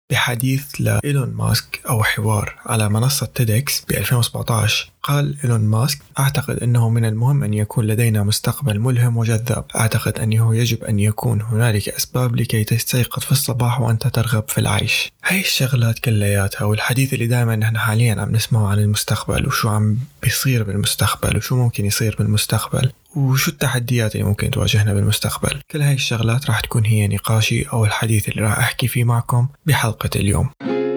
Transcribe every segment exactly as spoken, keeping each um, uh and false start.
بحديث لإيلون ماسك أو حوار على منصة تيدكس ب ألفين وسبعة عشر. قال إيلون ماسك: أعتقد أنه من المهم أن يكون لدينا مستقبل ملهم وجذاب. أعتقد أنه يجب أن يكون هنالك أسباب لكي تستيقظ في الصباح وأنت ترغب في العيش. هاي الشغلات كلياتها والحديث اللي دائما نحن حاليا عم نسمعه عن المستقبل وشو عم بيصير بالمستقبل وشو ممكن يصير بالمستقبل وشو التحديات اللي ممكن تواجهنا بالمستقبل. كل هاي الشغلات راح تكون هي نقاشي أو الحديث اللي راح أحكي فيه معكم بحلقة اليوم.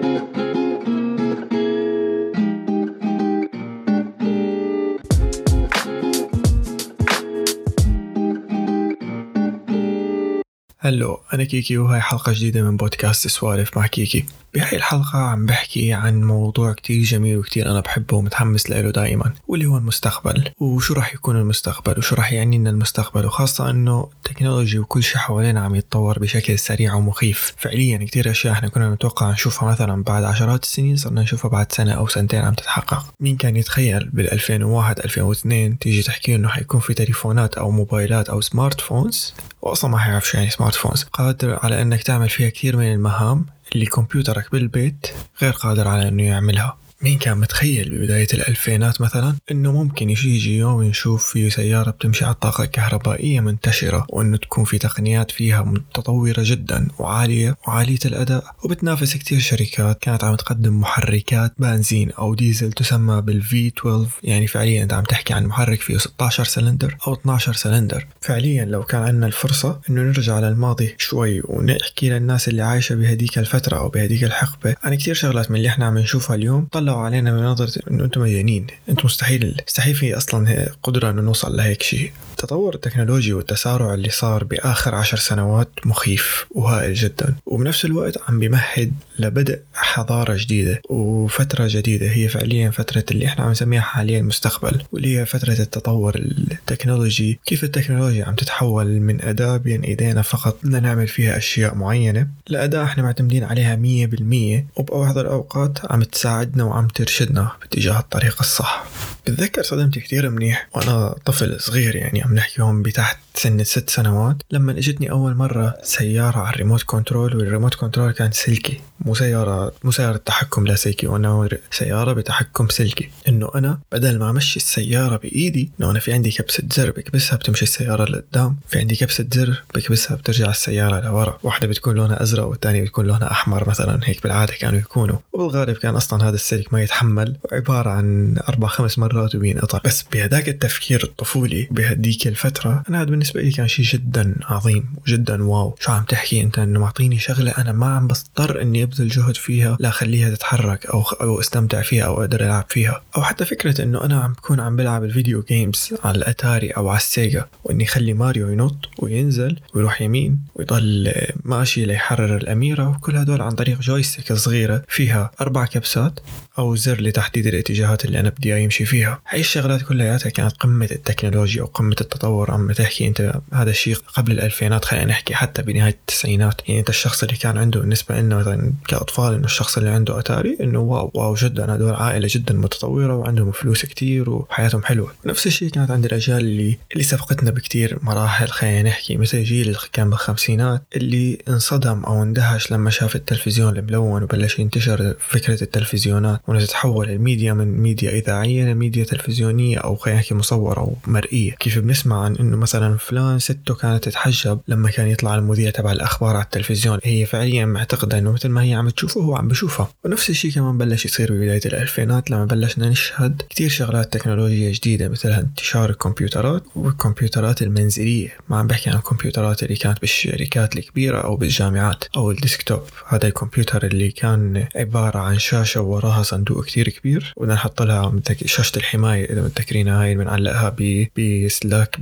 هلو، أنا كيكي وهاي حلقة جديدة من بودكاست سوالف مع كيكي. بهاي الحلقة عم بحكي عن موضوع كتير جميل وكتير أنا بحبه ومتحمس له دائما، واللي هو المستقبل وشو راح يكون المستقبل وشو راح يعني لنا المستقبل، وخاصة أنه التكنولوجيا وكل شيء حوالينا عم يتطور بشكل سريع ومخيف. فعليا كتير أشياء احنا كنا نتوقع نشوفها مثلا بعد عشرات السنين صرنا نشوفها بعد سنة أو سنتين عم تتحقق. مين كان يتخيل بالألفين وواحد ألفين واثنين تيجي تحكي إنه حيكون في تليفونات أو موبايلات أو سمارت فونز، وأصلا ما حيعرف شو يعني سمارت فونز، قادر على أنك تعمل فيها كثير من المهام اللي كمبيوترك بالبيت غير قادر على أنه يعملها. مين كان متخيل ببداية الألفينات مثلا إنه ممكن يجي يوم نشوف فيه سيارة بتمشي على الطاقة الكهربائية منتشرة، وإنه تكون في تقنيات فيها متطورة جدا وعالية وعالية الأداء، وبتنافس كتير شركات كانت عم تقدم محركات بنزين أو ديزل تسمى بالفي اثنا عشر. يعني فعليا أنت عم تحكي عن محرك فيه ستة عشر سلندر أو اثنا عشر سلندر. فعليا لو كان عندنا الفرصة إنه نرجع للماضي شوي ونحكي للناس اللي عايشة بهديك الفترة أو بهديك الحقبة عن كتير شغلات من اللي إحنا عم نشوفها اليوم، طلعوا علينا من نظرة إنه أنتم مجانين، أنتم مستحيل مستحيل في أصلا قدرة إنه نوصل لهيك شيء. تطور التكنولوجيا والتسارع اللي صار بآخر عشر سنوات مخيف وهائل جدا، وبنفس الوقت عم بيمهد لبدء حضارة جديدة وفترة جديدة هي فعليا فترة اللي إحنا عم نسميها حاليا المستقبل، واللي هي فترة التطور التكنولوجي. كيف التكنولوجيا عم تتحول من أداة بين إيدينا فقط بدنا نعمل فيها أشياء معينة لأداة إحنا معتمدين عليها مية بالمية، وبأحد الأوقات عم تساعدنا وعم ترشدنا باتجاه الطريق الصح. بتذكر صدمت كتير منيح وأنا طفل صغير، يعني عم نحكيهم بتحت سن ست سنوات، لما اجتني أول مرة سيارة على الريموت كنترول، والريموت كنترول كان سلكي، مو سيارة مو سيارة تحكم لاسلكي، وأنا سيارة بتحكم سلكي. إنه أنا بدل ما أمشي السيارة بإيدي، إنه أنا في عندي كبسة زر بكبسها بتمشي السيارة لقدام، في عندي كبسة زر بكبسها بترجع السيارة لورا، واحدة بتكون لونها أزرق والثانية بتكون لونها أحمر مثلا، هيك بالعادة كانوا يكونوا. وبالغالب كان أصلا هذا السلك ما يتحمل، عبارة عن أربع خمس مرات وبينقطع. بس بهداك التفكير الطفولي بهديك الفترة، أنا هذا بالنسبة لي كان شيء جدا عظيم وجدا واو. شو عم تحكي أنت إنه معطيني شغلة أنا ما عم بضطر إني أبذل جهد فيها لا أخليها تتحرك أو أو استمتع فيها أو أقدر ألعب فيها. أو حتى فكرة إنه أنا عم بكون عم بلعب الفيديو جيمز على الأتاري أو على السيجا، وإني خلي ماريو ينط وينزل ويروح يمين ويضل ماشي ليحرر الأميرة، وكل هدول عن طريق جويستيك صغيرة فيها أربع كبسات أو زر لتحديد الاتجاهات اللي أنا بدي يمشي فيها. هاي الشغلات كلها كانت قمة التكنولوجيا وقمة التطور. عم تحكي أنت هذا الشيء قبل الألفينات، خلينا نحكي حتى بنهاية التسعينات. يعني أنت الشخص اللي كان عنده بالنسبة لنا مثلا كأطفال إنه الشخص اللي عنده أتاري إنه واو واو جدا، هدول عائلة جدا متطورة وعندهم فلوس كتير وحياتهم حلوة. نفس الشيء كانت عند الأجيال اللي اللي سبقتنا بكتير مراحل، خلينا نحكي مثل جيل اللي كان بالخمسينات اللي انصدم أو اندهش لما شاف التلفزيون الملون وبلش ينتشر فكرة التلفزيونات، ونتحول الميديا من ميديا إذاعية لميديا تلفزيونية أو خلينا نحكي مصورة أو مرئية. كيف بنسمع عن إنه مثلا فلان سته كانت تتحجب لما كان يطلع المذيع تبع الأخبار على التلفزيون، هي فعليا معتقدة إنه مثل ما هي عم تشوفه هو عم بشوفها. ونفس الشيء كمان بلش يصير ببداية الألفينات لما بلشنا نشهد كتير شغلات تكنولوجيا جديدة، مثل انتشار الكمبيوترات والكمبيوترات المنزلية. ما عم بحكي عن الكمبيوترات اللي كانت بالشركات الكبيرة أو بالجامعات أو الديسكتوب، هذا الكمبيوتر اللي كان عبارة عن شاشة وراها صندوق كتير كبير وبدنا نحط لها شاشة الحماية إذا متذكرينها، هاي بنعلقها بسلاك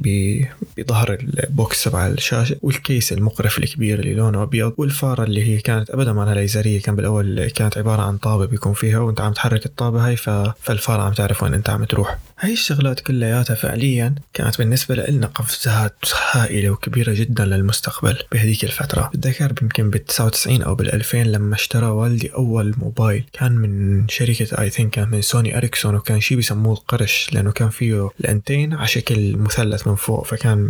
بظهر البوكس تبع الشاشة، والكيس المقرف الكبير اللي لونه أبيض، والفارة اللي هي كانت أبدا ما لها ليزرية، كان بالأول كانت عبارة عن طابة بيكون فيها وأنت عم تحرك الطابة هاي فالفارة عم تعرف وين أنت عم تروح. هاي الشغلات كلياتها فعليا كانت بالنسبة لنا قفزات هائلة وكبيرة جدا للمستقبل بهذيك الفترة. بتذكر يمكن بالتسعة وتسعين أو بالألفين لما اشترى والدي أول موبايل، كان من شركة آي ثينك كان من سوني إريكسون، وكان شيء بيسموه القرش لأنه كان فيه الأنتين على شكل مثلث من فوق، فكان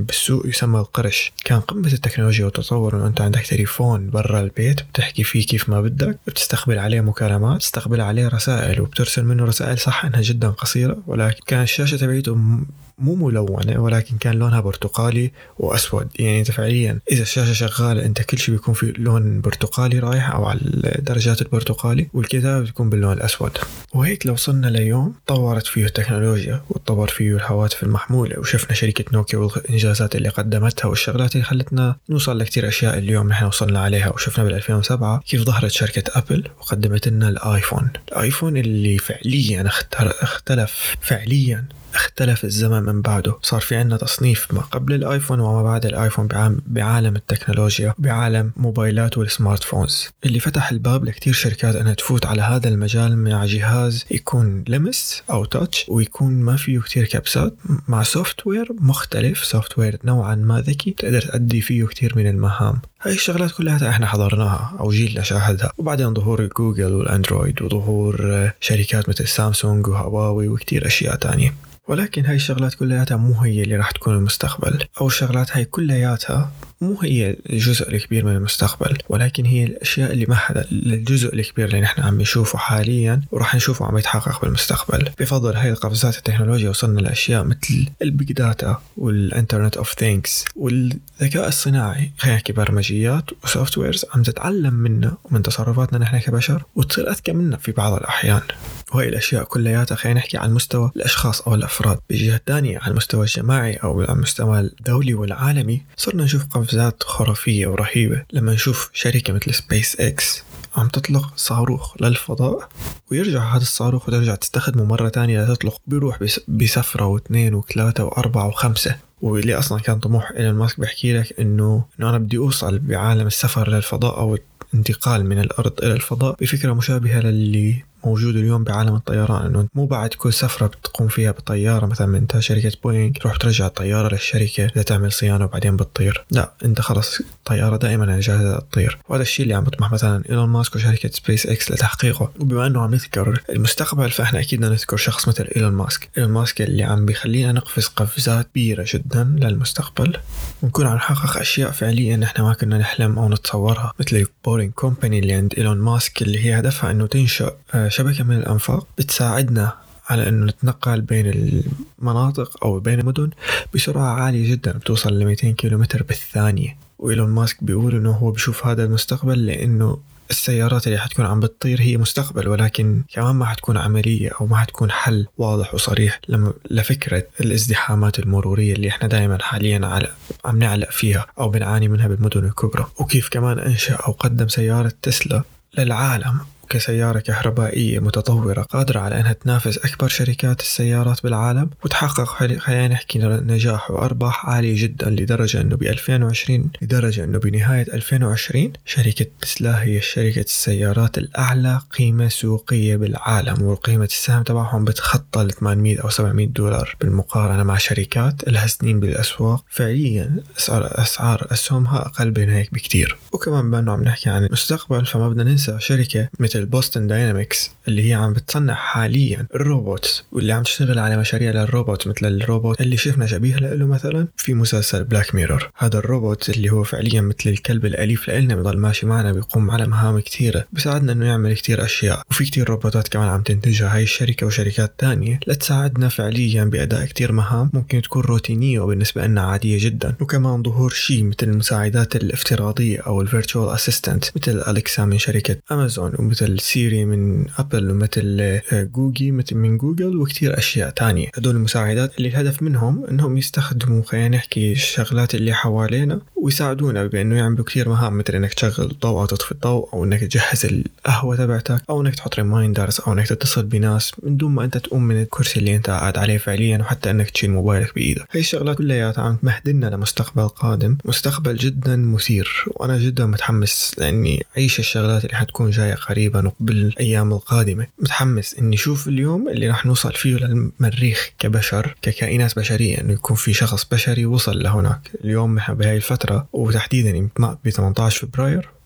بالسوق يسمى القرش. كان قمة التكنولوجيا والتطور إنه أنت عندك تليفون برا البيت بتحكي فيه كيف ما بدك، بتستقبل عليه مكالمات، تستقبل عليه رسائل، وبترسل منه رسائل صح إنها جدا قصيرة، ولكن كان الشاشة تبعيته مو ملونة ولكن كان لونها برتقالي وأسود. يعني أنت فعليا إذا الشاشة شغالة أنت كل شيء بيكون في لون برتقالي رايح أو على درجات البرتقالي، والكتابة بتكون باللون الأسود. وهيك لو وصلنا ليوم طورت فيه التكنولوجيا وتطور فيه الهواتف المحمولة، وشفنا شركة نوكيا والإنجازات اللي قدمتها والشغلات اللي خلتنا نوصل لكتير أشياء اليوم نحن وصلنا عليها. وشفنا بالألفين وسبعة كيف ظهرت شركة أبل وقدمت لنا الآيفون الآيفون اللي فعليا اختلف فعليا اختلف الزمن من بعده. صار في عنا تصنيف ما قبل الآيفون وما بعد الآيفون بعالم التكنولوجيا، بعالم موبايلات والسمارت فونز، اللي فتح الباب لكتير شركات أنها تفوت على هذا المجال مع جهاز يكون لمس أو تاتش ويكون ما فيه كتير كبسات، مع سوفت وير مختلف، سوفت وير نوعا ما ذكي تقدر تأدي فيه كتير من المهام. هاي الشغلات كلها احنا حضرناها أو جيلنا شاهدها. وبعدين ظهور جوجل والأندرويد وظهور شركات مثل سامسونج وهواوي وكتير أشياء تانية. ولكن هاي الشغلات كلياتها مو هي اللي راح تكون المستقبل، أو الشغلات هاي كلياتها مو هي الجزء الكبير من المستقبل، ولكن هي الأشياء اللي مهدة للجزء الكبير اللي نحن عم نشوفه حاليا وراح نشوفه عم يتحقق بالمستقبل. بفضل هاي القفزات التكنولوجيا وصلنا لأشياء مثل البيج داتا والإنترنت أوف ثينكس والذكاء الصناعي، خلينا نحكي برمجيات وسوفت ويرز عم تتعلم منا ومن تصرفاتنا نحن كبشر وتصير أذكى منا في بعض الأحيان. وهي الأشياء كلياتها خلينا نحكي عن مستوى الأشخاص أو الأفراد. بجهة تانية على المستوى الجماعي أو على المستوى الدولي والعالمي صرنا نشوف قفزات خرافية ورهيبة لما نشوف شركة مثل سبيس إكس عم تطلق صاروخ للفضاء ويرجع هذا الصاروخ وترجع تستخدمه مرة تانية لتطلق، بيروح بسفرة واثنين وثلاثة وأربعة وخمسة. واللي أصلا كان طموح إيلون ماسك بيحكي لك إنه إنه أنا بدي أوصل بعالم السفر للفضاء أو انتقال من الأرض إلى الفضاء بفكرة مشابهة للي موجود اليوم بعالم الطيران، انه مو بعد كل سفرة بتقوم فيها بالطيارة مثلا من شركة بوينغ تروح ترجع الطيارة للشركة لتعمل صيانة وبعدين بتطير، لا انت خلص الطيارة دائما جاهزة تطير. وهذا الشيء اللي عم بطمح مثلا إيلون ماسك وشركة سبيس إكس لتحقيقه. وبما انه عم نذكر المستقبل فاحنا اكيد بدنا نذكر شخص مثل إيلون ماسك إيلون ماسك اللي عم بيخلينا نقفز قفزات كبيرة جدا للمستقبل ونكون عم نحقق اشياء فعليا نحن ما كنا نحلم او نتصورها، مثل بورينج كومباني اللي عند إيلون ماسك اللي هي هدفها انه تنشأ شبكة من الأنفاق بتساعدنا على أنه نتنقل بين المناطق أو بين المدن بسرعة عالية جدا بتوصل ل مئتين كيلومتر بالثانية. وإيلون ماسك بيقول أنه هو بيشوف هذا المستقبل لأنه السيارات اللي حتكون عم بتطير هي مستقبل، ولكن كمان ما حتكون عملية أو ما حتكون حل واضح وصريح لما لفكرة الازدحامات المرورية اللي احنا دائما حاليا على عم نعلق فيها أو بنعاني منها بالمدن الكبرى. وكيف كمان أنشأ أو قدم سيارة تسلا للعالم كسيارة كهربائية متطورة قادرة على أنها تنافس أكبر شركات السيارات بالعالم وتحقق خلينا نحكي نجاح وأرباح عالية جدا، لدرجة أنه ب ألفين وعشرين لدرجة أنه بنهاية ألفين وعشرين شركة تسلا هي شركة السيارات الأعلى قيمة سوقية بالعالم، وقيمة السهم تبعهم بتخطى ل ثمانمئة أو سبعمئة دولار بالمقارنة مع شركات لها سنين بالأسواق فعليا أسعار أسعار أسهمها أقل من هيك بكتير. وكمان بأنه عم نحكي عن المستقبل فما بدنا ننسى شركة مثل بوستن داينامكس اللي هي عم بتصنع حاليا الروبوت واللي عم تشتغل على مشاريع للروبوت، مثل الروبوت اللي شفنا شبيه له مثلا في مسلسل بلاك ميرور. هذا الروبوت اللي هو فعليا مثل الكلب الأليف لإلنا بيضل ماشي معنا بيقوم على مهام كتيرة بيساعدنا انه يعمل كتير اشياء. وفي كتير روبوتات كمان عم تنتجها هاي الشركة وشركات تانية لتساعدنا فعليا بأداء كتير مهام ممكن تكون روتينية وبالنسبة لنا عادية جدا. وكمان ظهور شيء مثل المساعدات الافتراضية او الفيرتشوال اسيستنت مثل أليكسا من شركة امازون ومثل سيري من أبل ومثل جوجي مثل من جوجل وكتير أشياء تانية. هدول المساعدات اللي الهدف منهم إنهم يستخدموا خلينا نحكي الشغلات اللي حوالينا ويساعدونا بأنه يعملوا كتير مهام، مثل إنك تشغل الضوء أو تطفي الضوء أو إنك تجهز القهوة تبعتك أو إنك تحط ريمايندرز أو إنك تتصل بناس من دون ما أنت تقوم من الكرسي اللي أنت قاعد عليه فعليا، وحتى إنك تشيل موبايلك بإيدك. هاي الشغلات كلها عم تمهدنا لمستقبل قادم، مستقبل جدا مثير، وأنا جدا متحمس لأني أعيش الشغلات اللي حتكون جاية قريبا وقبل الأيام القادمة. متحمس إني شوف اليوم اللي راح نوصل فيه للمريخ كبشر ككائنات بشرية، إنه يكون في شخص بشري وصل لهناك. اليوم بهاي الفترة وتحديدا ب ثمانية عشر فبراير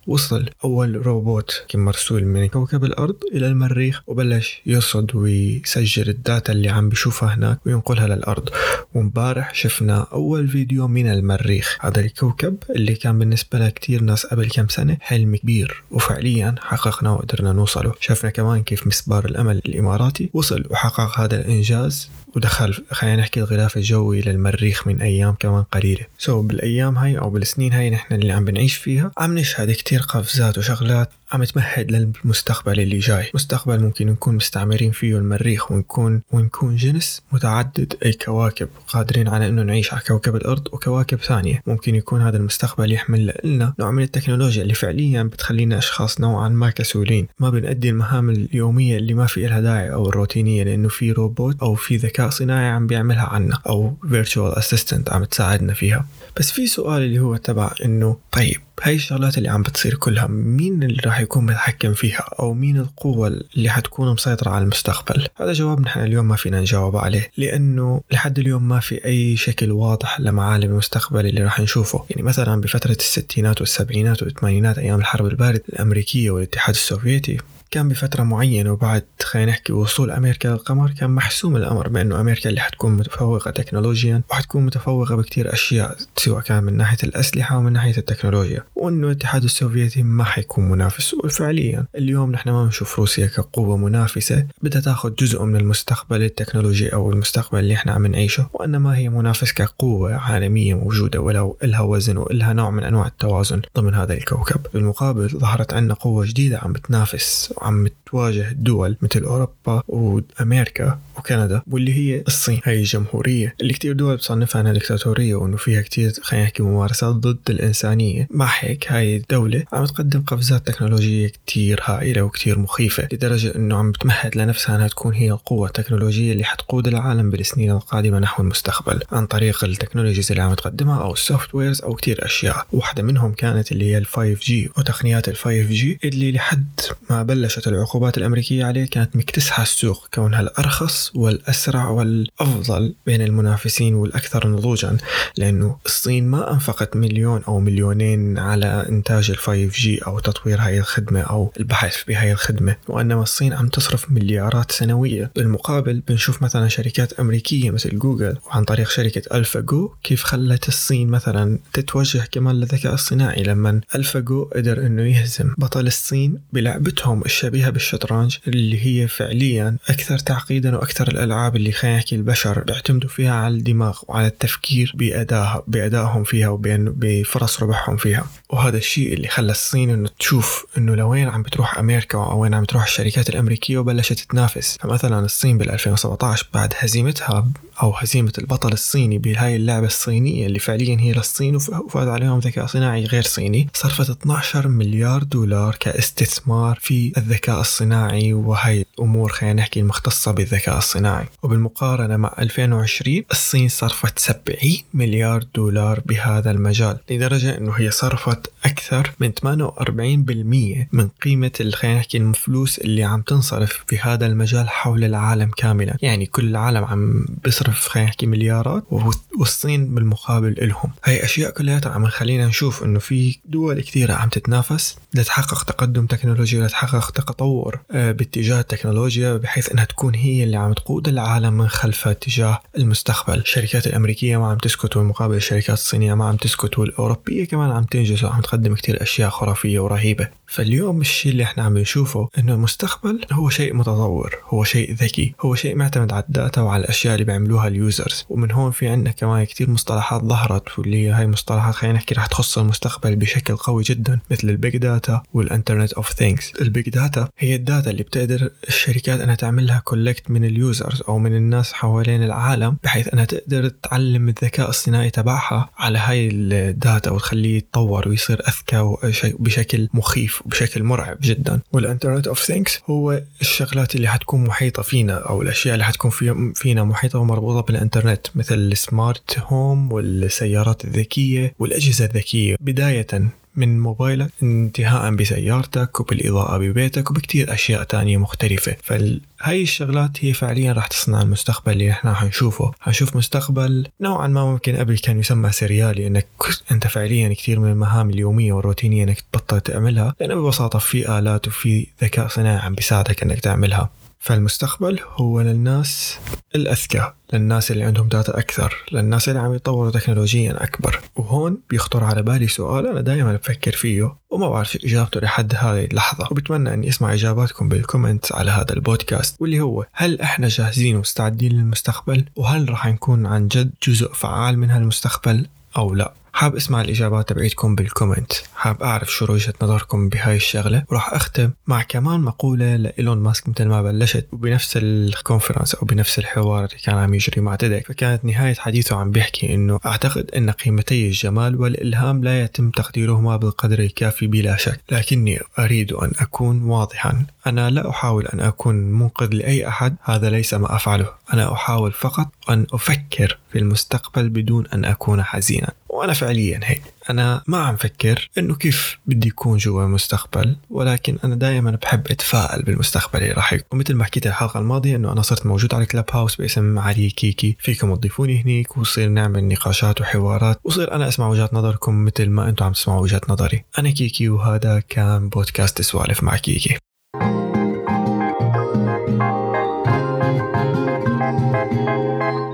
وصل أول روبوت كان مرسول من كوكب الأرض إلى المريخ وبلش يرصد ويسجل الداتا اللي عم بيشوفها هناك وينقلها للأرض. ومبارح شفنا أول فيديو من المريخ، هذا الكوكب اللي كان بالنسبة لكتير ناس قبل كم سنة حلم كبير، وفعليا حققنا وقدرنا نوصله. شفنا كمان كيف مسبار الأمل الإماراتي وصل وحقق هذا الإنجاز ودخل خلينا نحكي الغلاف الجوي للمريخ من أيام كمان قليلة. سو بالأيام هاي أو بالسنين هاي نحن اللي عم بنعيش فيها عم نشهد كتير قفزات وشغلات عم تمهد للمستقبل اللي جاي، مستقبل ممكن نكون مستعمرين فيه المريخ ونكون ونكون جنس متعدد أي كواكب قادرين على إنه نعيش على كوكب الأرض وكواكب ثانية. ممكن يكون هذا المستقبل يحمل لنا نوع من التكنولوجيا اللي فعليا بتخلينا أشخاص نوعا ما كسولين، ما بنأدي المهام اليومية اللي ما في لها داعي أو الروتينية، لأنه في روبوت أو في ذكاء صناعي عم بيعملها عنا أو virtual assistant عم تساعدنا فيها. بس في سؤال اللي هو تبع إنه طيب هاي الشغلات اللي عم بتصير كلها مين اللي راح يكون متحكم فيها أو مين القوة اللي حتكون مسيطرة على المستقبل؟ هذا جواب نحن اليوم ما فينا نجاوب عليه، لأنه لحد اليوم ما في أي شكل واضح لمعالم المستقبل اللي راح نشوفه. يعني مثلا بفترة الستينات والسبعينات والثمانينات أيام الحرب الباردة الأمريكية والاتحاد السوفيتي كان بفترة معينة، وبعد خلينا نحكي وصول أمريكا للقمر كان محسوم الأمر بأنه أمريكا اللي حتكون متفوقة تكنولوجيا وحتكون متفوقة بكتير أشياء سواء كان من ناحية الأسلحة ومن ناحية التكنولوجيا، وأنه الاتحاد السوفيتي ما حيكون منافس. وفعليا اليوم نحن ما نشوف روسيا كقوة منافسة بدها تاخذ جزء من المستقبل التكنولوجي أو المستقبل اللي احنا عم نعيشه، وإنما هي منافس كقوة عالمية موجودة ولو إلها وزن وإلها نوع من أنواع التوازن ضمن هذا الكوكب. بالمقابل ظهرت عنا قوة جديدة عم بتنافس وعم تواجه دول مثل أوروبا وأمريكا وكندا، واللي هي الصين. هاي الجمهورية اللي كتير دول بتصنفها أنها ديكتاتورية وأنه فيها كتير خلينا نحكي ممارسات ضد الإنسانية، مع هيك هاي الدولة عم تقدم قفزات تكنولوجية كتير هائلة وكتير مخيفة، لدرجة أنه عم بتمهد لنفسها أنها تكون هي القوة التكنولوجية اللي حتقود العالم بالسنين القادمة نحو المستقبل عن طريق التكنولوجيز اللي عم تقدمها أو السوفت ويرز أو كتير أشياء. واحدة منهم كانت اللي هي الفايف جي وتقنيات الفايف جي اللي لحد ما بلشت العقوبات الأمريكية عليه كانت مكتسحة السوق كونها الأرخص والأسرع والأفضل بين المنافسين والأكثر نضوجا، لأنه الصين ما أنفقت مليون أو مليونين على إنتاج الفايف جي أو تطوير هاي الخدمة أو البحث بهاي الخدمة، وإنما الصين عم تصرف مليارات سنوية. بالمقابل بنشوف مثلا شركات أمريكية مثل جوجل وعن طريق شركة ألفاجو كيف خلت الصين مثلا تتوجه كمان للذكاء الصناعي، لما ألفاجو قدر إنه يهزم بطل الصين بلعبتهم الشبيهة بالشطرنج اللي هي فعليا أكثر تعقيدا وأكثر الألعاب اللي خلينا نحكي البشر بيعتمدوا فيها على الدماغ وعلى التفكير بأدائها بأدائهم فيها وبين بفرص ربحهم فيها. وهذا الشيء اللي خلى الصين إنه تشوف إنه لوين عم بتروح أمريكا وين عم تروح الشركات الأمريكية وبلشت تنافس. فمثلا الصين بال ألفين وسبعة عشر بعد هزيمتها أو هزيمة البطل الصيني بهاي اللعبة الصينية اللي فعليا هي للصين وفاز عليهم ذكاء صناعي غير صيني، صرفت اثنا عشر مليار دولار كاستثمار في الذكاء الصناعي وهي الأمور خلينا نحكي المختصة بالذكاء الصناعي. وبالمقارنة مع ألفين وعشرين الصين صرفت سبعين مليار دولار بهذا المجال، لدرجة أنه هي صرفت أكثر من ثمانية وأربعين بالمئة من قيمة خلينا نحكي الفلوس اللي عم تنصرف في هذا المجال حول العالم كاملا. يعني كل العالم عم بيصرف خلينا نحكي مليارات والصين بالمقابل إلهم. هاي أشياء كلها عم خلينا نشوف أنه في دول كثيرة عم تتنافس لتحقق تقدم تكنولوجي ولتحقق تطور باتجاه التكنولوجيا بحيث أنها تكون هي اللي عم تقود العالم من خلفها اتجاه المستقبل. الشركات الأمريكية ما عم تسكت والمقابل الشركات الصينية ما عم تسكت والأوروبية كمان عم تنجز وعم تقدم كتير أشياء خرافية ورهيبة. فاليوم الشيء اللي احنا عم نشوفه إنه المستقبل هو شيء متطور، هو شيء ذكي، هو شيء معتمد على الداتا وعلى الأشياء اللي بيعملوها اليوزرز. ومن هون في عندنا كمان كتير مصطلحات ظهرت واللي هاي مصطلحات خلينا نحكي رح تخص المستقبل بشكل قوي جدا، مثل البيج داتا والانترنت اوف ثينجز. البيج داتا هي الداتا اللي بتقدر الشركات انها تعملها كولكت من اليوزرز او من الناس حوالين العالم بحيث انها تقدر تعلم الذكاء الصناعي تبعها على هاي الداتا وتخليه يتطور ويصير اذكى بشكل مخيف وبشكل مرعب جدا. والانترنت اوف ثينجز هو الشغلات اللي حتكون محيطة فينا او الاشياء اللي حتكون فينا محيطة ومربوطة بالانترنت، مثل السمارت هوم والسيارات الذكية والأجهزة الذكية، بداية من موبايلك انتهاء بسيارتك وبالإضاءة ببيتك وبكتير أشياء تانية مختلفة. فهاي الشغلات هي فعليا راح تصنع المستقبل اللي احنا حنشوفه. حنشوف مستقبل نوعا ما ممكن قبل كان يسمى سريالي، انك انت فعليا كتير من المهام اليومية والروتينية انك تبطل تعملها، لأنه ببساطة في آلات وفي ذكاء صناعي عم بيساعدك انك تعملها. فالمستقبل هو للناس الأذكى، للناس اللي عندهم داتا أكثر، للناس اللي عم يطوروا تكنولوجيا أكبر. وهون بيخطر على بالي سؤال أنا دائما بفكر فيه وما بعرف إجابته لحد هذه اللحظة، وبتمنى أني أسمع إجاباتكم بالكومنت على هذا البودكاست، واللي هو: هل إحنا جاهزين ومستعدين للمستقبل؟ وهل رح نكون عن جد جزء فعال من هالمستقبل أو لا؟ حاب اسمع الإجابات تبعيتكم بالكومنت، حاب أعرف شو وجهة نظركم بهاي الشغلة. وراح أختم مع كمان مقولة لإيلون ماسك مثل ما بلشت، وبنفس الكونفرنس أو بنفس الحوار اللي كان عم يجري مع تيدك، فكانت نهاية حديثه عم بيحكي إنه: أعتقد أن قيمتي الجمال والإلهام لا يتم تقديرهما بالقدر الكافي بلا شك، لكني أريد أن أكون واضحا. أنا لا أحاول أن أكون منقذ لأي أحد، هذا ليس ما أفعله. أنا أحاول فقط أن أفكر في المستقبل بدون أن أكون حزينا. وأنا فعليا هيك، أنا ما عم فكر إنه كيف بدي يكون جوا المستقبل، ولكن أنا دائما بحب أتفائل بالمستقبل اللي راح يكون. ومثل ما حكيت الحلقة الماضية إنه أنا صرت موجود على كلاب هاوس باسم علي كيكي، فيكم تضيفوني هنيك وصير نعمل نقاشات وحوارات، وصير أنا أسمع وجهات نظركم مثل ما أنتم عم تسمعوا وجهات نظري. أنا كيكي، وهذا كان بودكاست سوالف مع كيكي. Thank you.